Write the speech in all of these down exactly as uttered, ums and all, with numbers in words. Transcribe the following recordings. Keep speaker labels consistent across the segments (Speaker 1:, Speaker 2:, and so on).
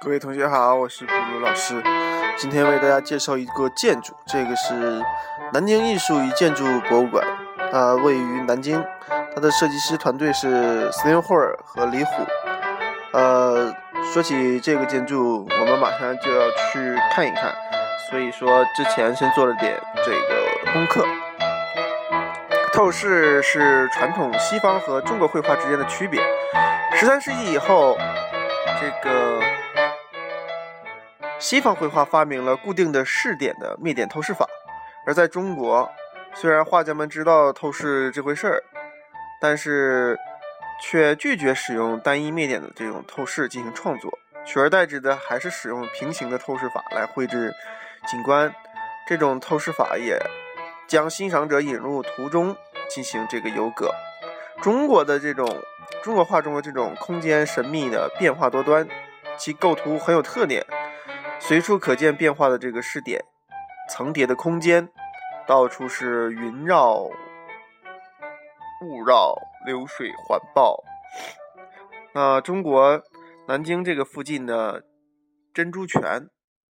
Speaker 1: 各位同学好，我是普鲁老师。今天为大家介绍一个建筑，这个是南京艺术与建筑博物馆，它位于南京，它的设计师团队是斯林霍尔和李虎。呃，说起这个建筑，我们马上就要去看一看，所以说之前先做了点这个功课。透视是传统西方和中国绘画之间的区别。十三世纪以后，这个西方绘画发明了固定的视点的灭点透视法，而在中国，虽然画家们知道透视这回事儿，但是却拒绝使用单一灭点的这种透视进行创作，取而代之的还是使用平行的透视法来绘制景观。这种透视法也将欣赏者引入图中进行这个游隔。中国的这种中国画中的这种空间神秘的变化多端，其构图很有特点，随处可见变化的这个视点，层叠的空间，到处是云绕雾绕，流水环抱。那中国南京这个附近的珍珠泉，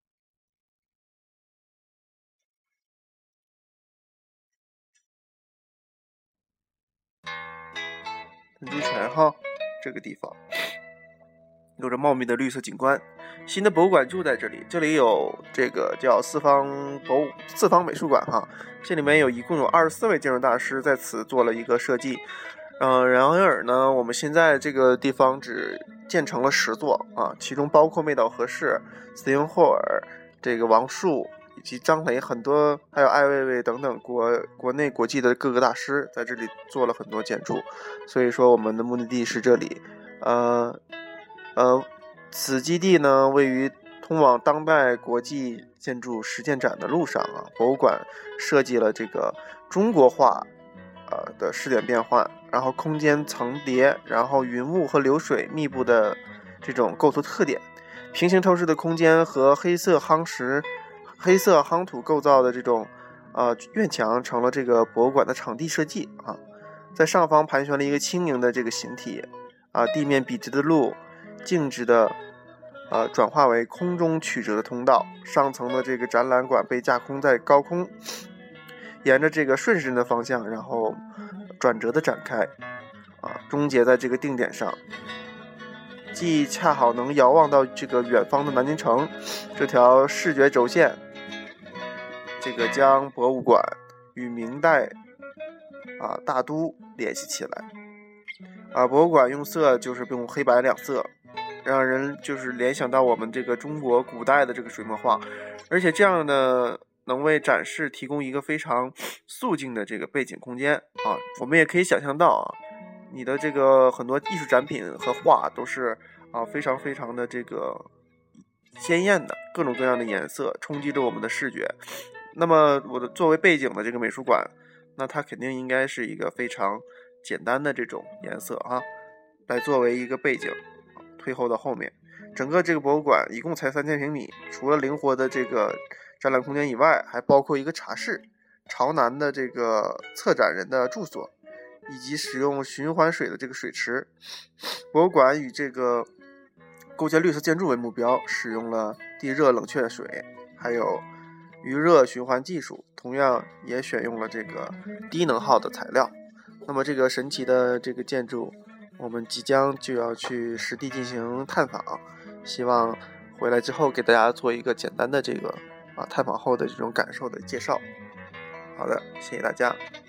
Speaker 1: 珍珠泉哈，这个地方有着茂密的绿色景观。新的博物馆就在这里，这里有这个叫四方博物四方美术馆哈，这里面有一共有二十四位建筑大师在此做了一个设计。嗯、呃，然而呢，我们现在这个地方只建成了十座啊，其中包括妹岛和世、斯林霍尔、这个王树以及张雷，很多还有艾未未等等国国内国际的各个大师在这里做了很多建筑，所以说我们的目的地是这里。呃呃，此基地呢位于通往当代国际建筑实践展的路上啊。博物馆设计了这个中国画呃的视点变换，然后空间层叠，然后云雾和流水密布的这种构图特点，平行透视的空间和黑色夯石、黑色夯土构造的这种呃院墙成了这个博物馆的场地设计啊。在上方盘旋了一个轻盈的这个形体啊，地面笔直的路，静止的呃转化为空中曲折的通道，上层的这个展览馆被架空在高空，沿着这个顺时针的方向，然后转折的展开啊，终结在这个定点上，既恰好能遥望到这个远方的南京城。这条视觉轴线，这个将博物馆与明代啊大都联系起来啊。博物馆用色就是用黑白两色，让人就是联想到我们这个中国古代的这个水墨画，而且这样的能为展示提供一个非常肃静的这个背景空间啊。我们也可以想象到啊，你的这个很多艺术展品和画都是啊非常非常的这个鲜艳的，各种各样的颜色冲击着我们的视觉。那么我的作为背景的这个美术馆，那它肯定应该是一个非常简单的这种颜色啊，来作为一个背景推后到后面。整个这个博物馆一共才三千平米，除了灵活的这个展览空间以外，还包括一个茶室、朝南的这个策展人的住所，以及使用循环水的这个水池。博物馆以这个构建绿色建筑为目标，使用了地热冷却水，还有余热循环技术，同样也选用了这个低能耗的材料。那么这个神奇的这个建筑，我们即将就要去实地进行探访，希望回来之后给大家做一个简单的这个啊探访后的这种感受的介绍。好的，谢谢大家。